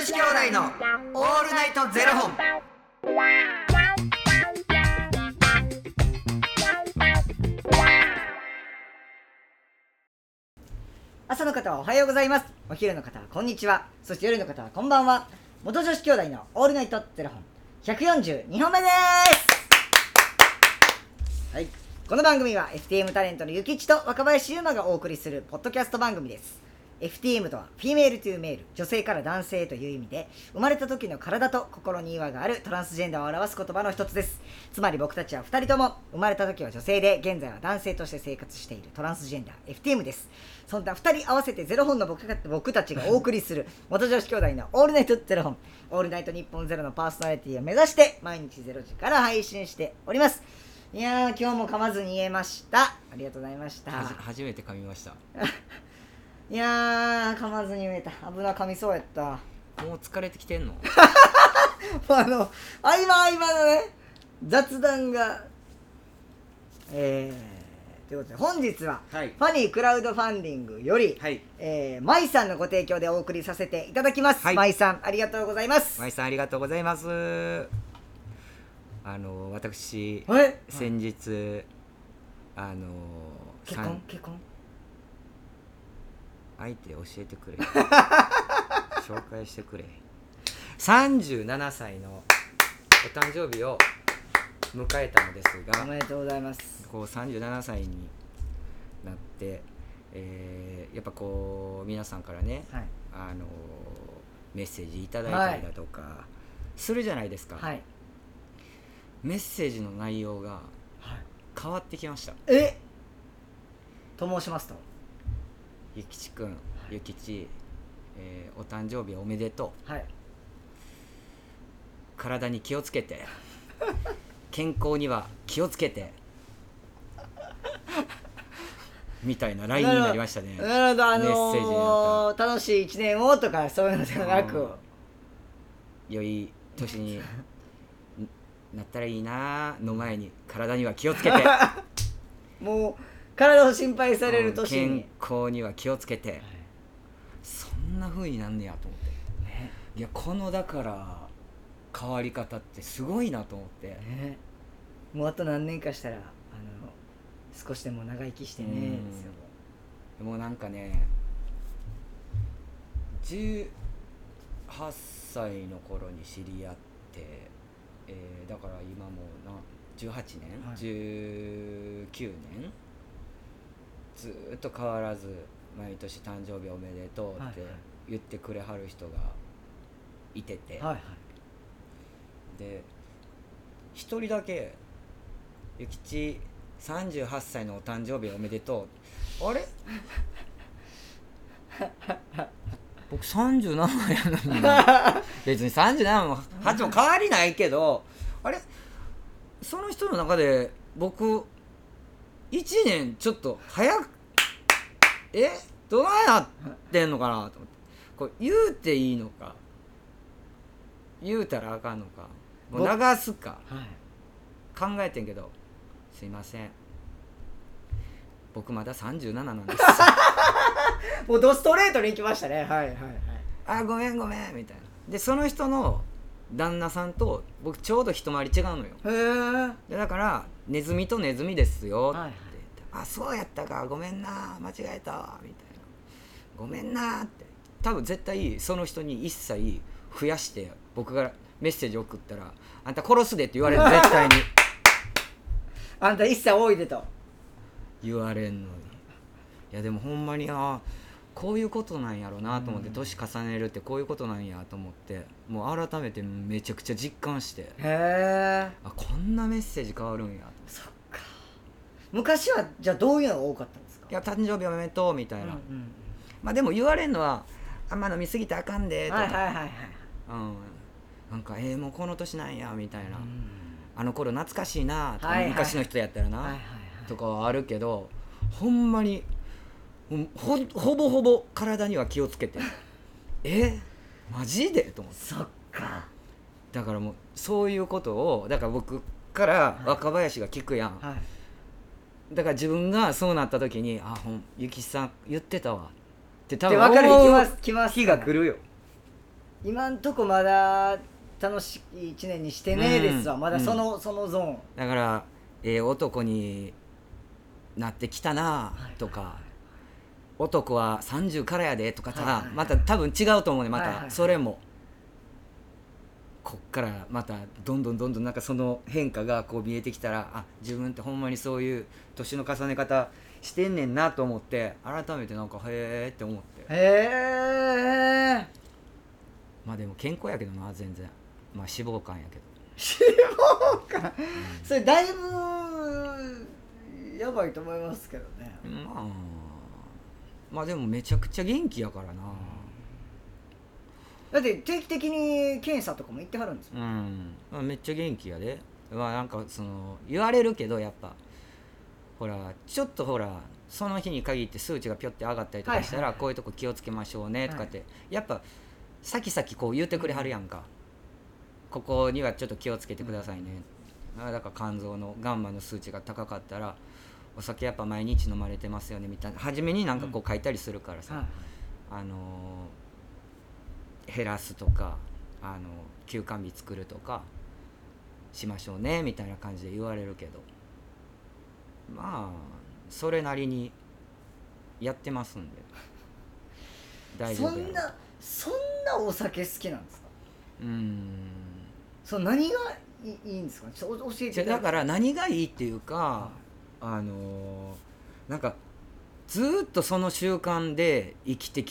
子兄弟のオールナイトゼロ本。 朝の方はおはようございます。お昼の方はこんにちは。そして夜の方はこんばんは。元女子兄弟のオールナイトゼロ本142本目です。はい、この番組は FTM タレントのゆきちと若林優馬がお送りするポッドキャスト番組です。 FTM とはフィメールトゥーメール、女性から男性という意味で、生まれた時の体と心に違和があるトランスジェンダーを表す言葉の一つです。つまり僕たちは2人とも生まれた時は女性で現在は男性として生活しているトランスジェンダー FTM です。そんな2人合わせてゼロ本の僕たちがお送りする元女子兄弟のオールナイトゼロ本、オールナイト日本ゼロのパーソナリティを目指して毎日0時から配信しております。いやー、今日も噛まずに言えました。ありがとうございました。 初めて噛みましたいやー、噛まずに言えた。危な、噛みそうやった。 もう疲れてきてんの合間のね雑談がということで、本日は、 はい、 ファニークラウドファンディングより、 はい、 マイさんのご提供でお送りさせていただきます。 はい、 マイさんありがとうございます。 マイさんありがとうございます。私、先日結婚相手教えてくれ紹介してくれ。37歳のお誕生日を迎えたのですが、 おめでとうございます。 こう37歳になって、やっぱこう皆さんからね、 はい、 メッセージいただいたりだとかするじゃないですか、 はい、 メッセージの内容が変わってきました。 と申しますと、 ゆきちくん、ゆきち、お誕生日おめでとう、 はい、 体に気をつけて健康には気をつけてみたいな LINE になりましたね。 なるほど、 メッセージになった。 楽しい1年をとかそういうのではなく、 良い年になったらいいなの前に、体には気をつけてもう体を心配される年に、 健康には気をつけて、はい、そんな風になんねやと思って、いや、このだから変わり方ってすごいなと思って、 もうあと何年かしたら少しでも長生きしてねですよ。 もうなんかね、18歳の頃に知り合って、だから今もう18年、はい、19年ずっと変わらず毎年誕生日おめでとうって言ってくれはる人がいてて、はいはい、で一人だけゆきち38歳のお誕生日おめでとう、あれ僕37やのに別に37も8も変わりないけど、あれその人の中で僕1年ちょっと早くどないなってんのかなと思って、これ言うていいのか言うたらあかんのか、もう流すか考えてんけど、すいません、僕まだ37なんですもうドストレートに行きましたね。はいはいはい。 あ、ごめんみたいな。でその人の旦那さんと僕ちょうど一回り違うのよ。でだからネズミとネズミですよって、はいはい、あ、そうやったか、ごめんな、間違えたみたいな、ごめんなって、多分絶対その人に一切増やして僕がメッセージ送ったら、あんた殺すでって言われる絶対にあんた一切多いでと言われんのに、いやでもほんまにこういうことなんやろうなと思って、年重ねるってこういうことなんやと思って、もう改めてめちゃくちゃ実感して、あ、こんなメッセージ変わるんやと。 そっか。昔はじゃあどういうのが多かったんですか？ いや、誕生日おめでとうみたいな、まあでも言われるのは、あんま飲みすぎてあかんでとか、なんかもうこの年なんやみたいな、あの頃懐かしいなとか、昔の人やったらな、とかはあるけど、ほんまにほぼほぼ体には気をつけてマジでと思って。 そっか。 だからもうそういうことを、だから僕から若林が聞くやん、だから自分がそうなった時に、あ、ゆきさん言ってたわって多分思う日が来るよ。 今んとこまだ楽しい1年にしてねえですわ、まだそのゾーンだから、男になってきたなとか、男は30からやでとかさ、また多分違うと思うね。またそれもこっからまたどんどんなんかその変化がこう見えてきたら、あ、自分ってほんまにそういう年の重ね方してんねんなと思って、改めてなんかへーって思って、 へえ。 まあでも健康やけどな、全然。まあ脂肪肝やけど。 脂肪肝、それだいぶやばいと思いますけどね。 まあでもめちゃくちゃ元気やからな。 だって定期的に検査とかも行ってはるんですもん。 まあ、めっちゃ元気やで。まあなんかその言われるけど、やっぱほらちょっとほらその日に限って数値がピョって上がったりとかしたら、こういうとこ気をつけましょうねとかって、やっぱ先々こう言ってくれはるやんか、ここにはちょっと気をつけてくださいね、だから肝臓のガンマの数値が高かったらお酒やっぱ毎日飲まれてますよねみたいな、初めになんかこう書いたりするからさ、減らすとか休肝日作るとかしましょうねみたいな感じで言われるけど、まあそれなりにやってますんで大丈夫やろ。 そんなお酒好きなんですか？何がいいんですか？ちょっと教えて。 だから何がいいっていうか、なんかずっとその習慣で生きて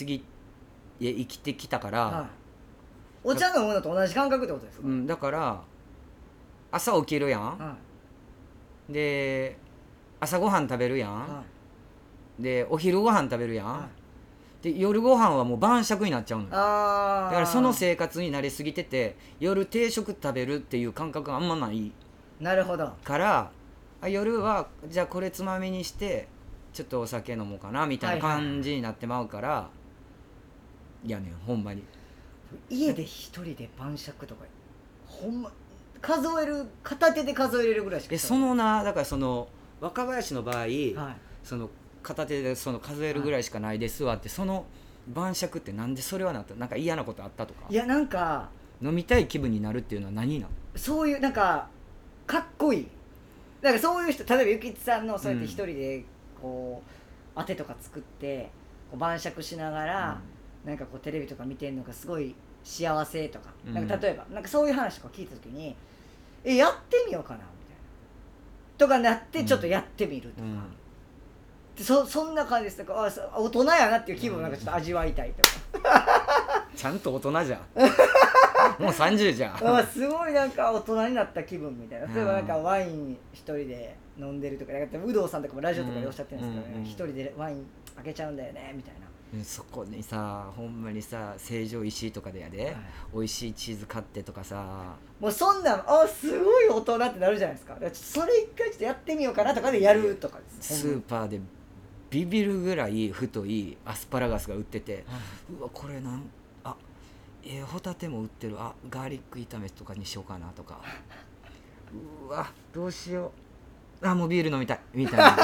きたから、 お茶飲むのと同じ感覚ってことですか？ だから朝起きるやん、で朝ごはん食べるやん、でお昼ご飯食べるやん、で夜ご飯はもう晩酌になっちゃうのよ。だからその生活に慣れすぎてて、夜定食食べるっていう感覚があんまない。 なるほど。 から夜はじゃあこれつまみにしてちょっとお酒飲もうかなみたいな感じになってまうから、いやねんほんまに家で一人で晩酌とかほんま片手で数えれるぐらいしか。 だからその若林の場合、その片手でその数えるぐらいしかないですわって、その晩酌ってなんでそれはなった？なんか嫌なことあったとか？ いやなんか飲みたい気分になるっていうのは何なの？ そういうなんかかっこいい。だからそういう人、例えばゆきちさんのそうやって一人でこう当てとか作ってこう晩酌しながら、なんかこうテレビとか見てんのがすごい幸せとか、なんか例えばなんかそういう話とか聞いた時にやってみようかなみたいなとかなって、ちょっとやってみるとか、そんな感じです。だから大人やなっていう気分をなんかちょっと味わいたいとか、 ちゃんと大人じゃんもう30じゃんすごいなんか大人になった気分みたいな。例えばなんかワイン一人で飲んでるとか、有働さんとかもラジオとかでおっしゃってるんですけどね、一人でワイン開けちゃうんだよねみたいな。 そこにさほんまにさ成城石井とかでやで、美味しいチーズ買ってとかさ、 もうそんなんすごい大人ってなるじゃないですか。それ一回ちょっとやってみようかなとかでやるとかです。 スーパーでビビるぐらい太いアスパラガスが売ってて、うわこれホタテも売ってる、ガーリック炒めとかにしようかなとかうわどうしよう、もうビール飲みたいみたいな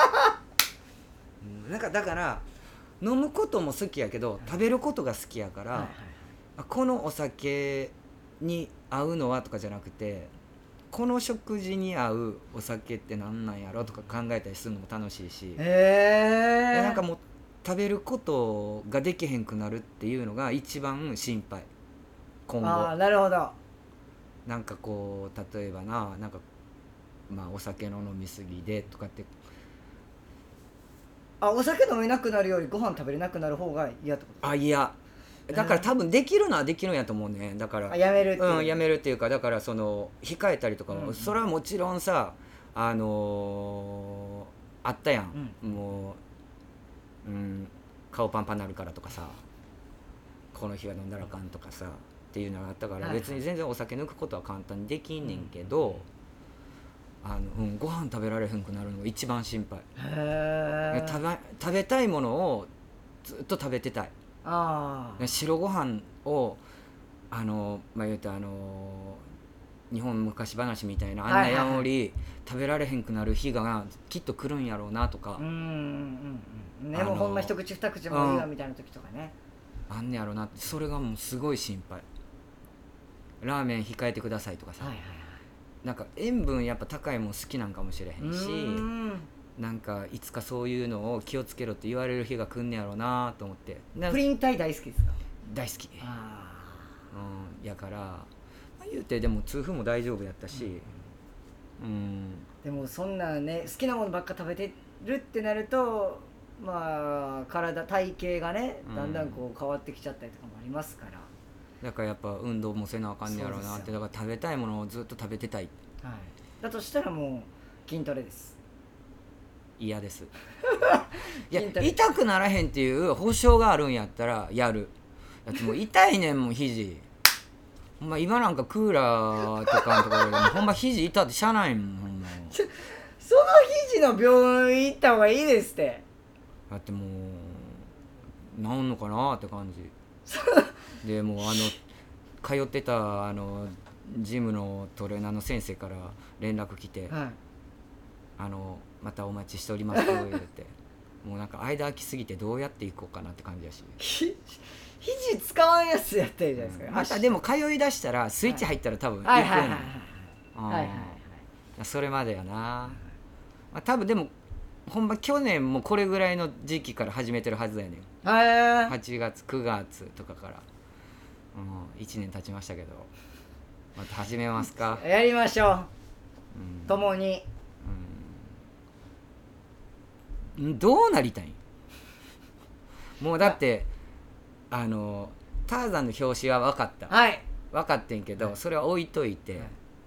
なんかだから飲むことも好きやけど食べることが好きやから、このお酒に合うのはとかじゃなくて、この食事に合うお酒って何なんやろとか考えたりするのも楽しいし、なんかもう食べることができへんくなるっていうのが一番心配。今後なるほど。 なんかこう例えばなんかお酒の飲みすぎでとかって、 お酒飲めなくなるよりご飯食べれなくなる方が嫌ってことですか？ いやだから多分できるのはできるんやと思うね。だからやめるっていう、 やめるっていうか、だからその控えたりとかも、それはもちろんさあったやん、もう顔パンパンになるからとかさ、この日は飲んだらあかんとかさっていうのがあったから、別に全然お酒抜くことは簡単にできんねんけど、ご飯食べられへんくなるのが一番心配。食べたいものをずっと食べてたい。白ご飯を言うと日本昔話みたいなあんなやんおり食べられへんくなる日がきっと来るんやろうなとか、 ね、もうほんま一口二口もいいわみたいな時とかね、 あんねやろなって、それがもうすごい心配。ラーメン控えてくださいとかさ、 はいはいはい、 なんか塩分やっぱ高いもん好きなんかもしれへんし、なんかいつかそういうのを気をつけろって言われる日が来んねやろうなと思って。 プリン体大好きですか？ 大好き。 あ、 やから、まあ、言うてでも痛風も大丈夫やったし、 でもそんなね好きなものばっか食べてるってなると、まあ体型がねだんだんこう変わってきちゃったりとかもありますから、 だからやっぱ運動もせなあかんねやろうなって。だから食べたいものをずっと食べてたい。 はい、だとしたらもう筋トレです。 嫌です。いや痛くならへんっていう保証があるんやったらやる。だってもう痛いねんもん肘。ほんま今なんかクーラーとかのところでもほんま肘痛ってしゃあないもん。ほんまその肘の病院行った方がいいですって。 だってもう治んのかなって感じで、もう通ってたジムのトレーナーの先生から連絡来て、 はい、 またお待ちしておりますと言ってもうなんか間空きすぎてどうやって行こうかなって感じやし、 肘使わんやつやったらいいじゃないですか。 またでも通い出したらスイッチ入ったら多分行くはいはいはいねはいん。それまでやな、まあ、多分でもほんま去年もこれぐらいの時期から始めてるはずだよね。8月9月とかから、1年経ちましたけど、また始めますか。 やりましょう、共に。 どうなりたいん？もうだってターザンの表紙は分かった、 はい、 分かってんけど、それは置いといて、 はい、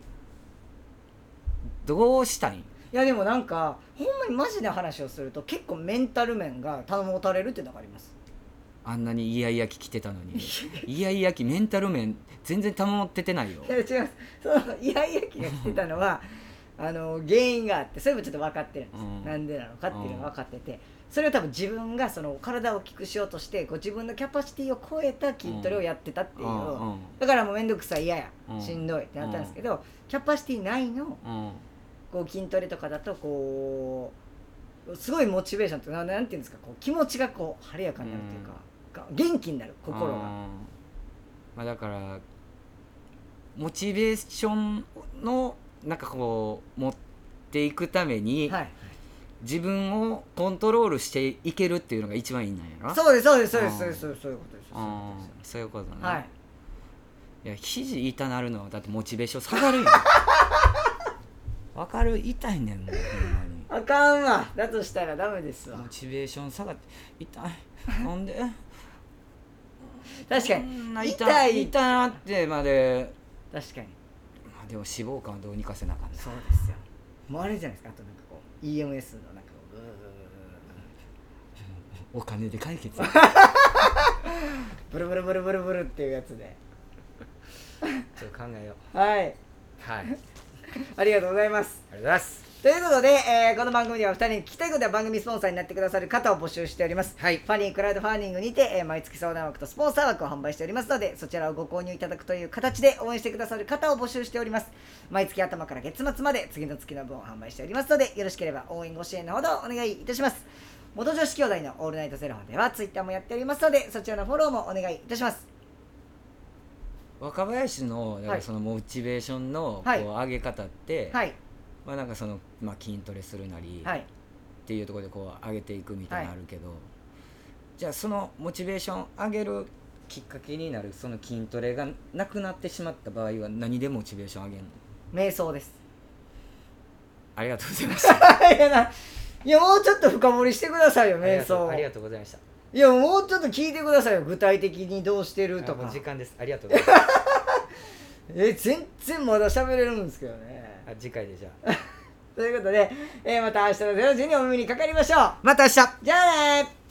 どうしたいん？ いやでもなんかほんまにマジな話をすると結構メンタル面が保たれるっていうのがあります。 あんなにイヤイヤ期来てたのにイヤイヤ期メンタル面全然保っててないよ。 いや違います。そのイヤイヤ期が来てたのは原因があって、それもちょっと分かってるんです、なんでなのかっていうのが分かってて、それを多分自分がその体を大きくしようとしてこう自分のキャパシティを超えた筋トレをやってたっていう、だからもうめんどくさい嫌や、しんどいってなったんですけど、キャパシティないの、こう筋トレとかだとこうすごいモチベーションってなんていうんですか、こう気持ちがこう晴れやかになるっていうか、元気になる心が、 まあ、だからモチベーションのなんかこう持っていくために、 はい、 自分をコントロールしていけるっていうのが一番いいんなんやろ。 そうですそうですそうですそうです、そういうことです。 そういうことね。 はい、 いや肘痛なるのはだってモチベーション下がるよわかる？痛いねんもうほんまに。 あかんわ。だとしたらダメですわ。 モチベーション下がって痛いなんで確かに痛なってまで。 確かに。 まあでも脂肪肝はどうにかせなあかんな。 そうですよ。もうあれじゃないですか、あとなんかこう EMS のなんかお金で解決ブルブルブルブルブルっていうやつでちょっと考えよう。はいはいありがとうございます。 ありがとうございます。 ということで、この番組では2人に聞きたいことや番組スポンサーになってくださる方を募集しております。 はい、 ファニークラウドファンディングにて、毎月相談枠とスポンサー枠を販売しておりますので、そちらをご購入いただくという形で応援してくださる方を募集しております。毎月頭から月末まで次の月の分を販売しておりますので、よろしければ応援ご支援のほどお願いいたします。元女子兄弟のオールナイトゼロ本ではツイッターもやっておりますので、そちらのフォローもお願いいたします。 若林のだからそのモチベーションのこう上げ方って、 はい、 まあなんかその、まあ、筋トレするなり、 はい、 っていうところでこう上げていくみたいなのあるけど、じゃあそのモチベーション上げるきっかけになるその筋トレがなくなってしまった場合は何でモチベーション上げるの？ 瞑想です。 ありがとうございましたいやもうちょっと深掘りしてくださいよ、瞑想。 ありがとうございました。 いやもうちょっと聞いてくださいよ、具体的にどうしてるとか。 もう時間です。ありがとうございます全然まだ喋れるんですけどね。 次回でじゃあということで、また明日の0時にお耳にかかりましょう。 また明日。 じゃあねー。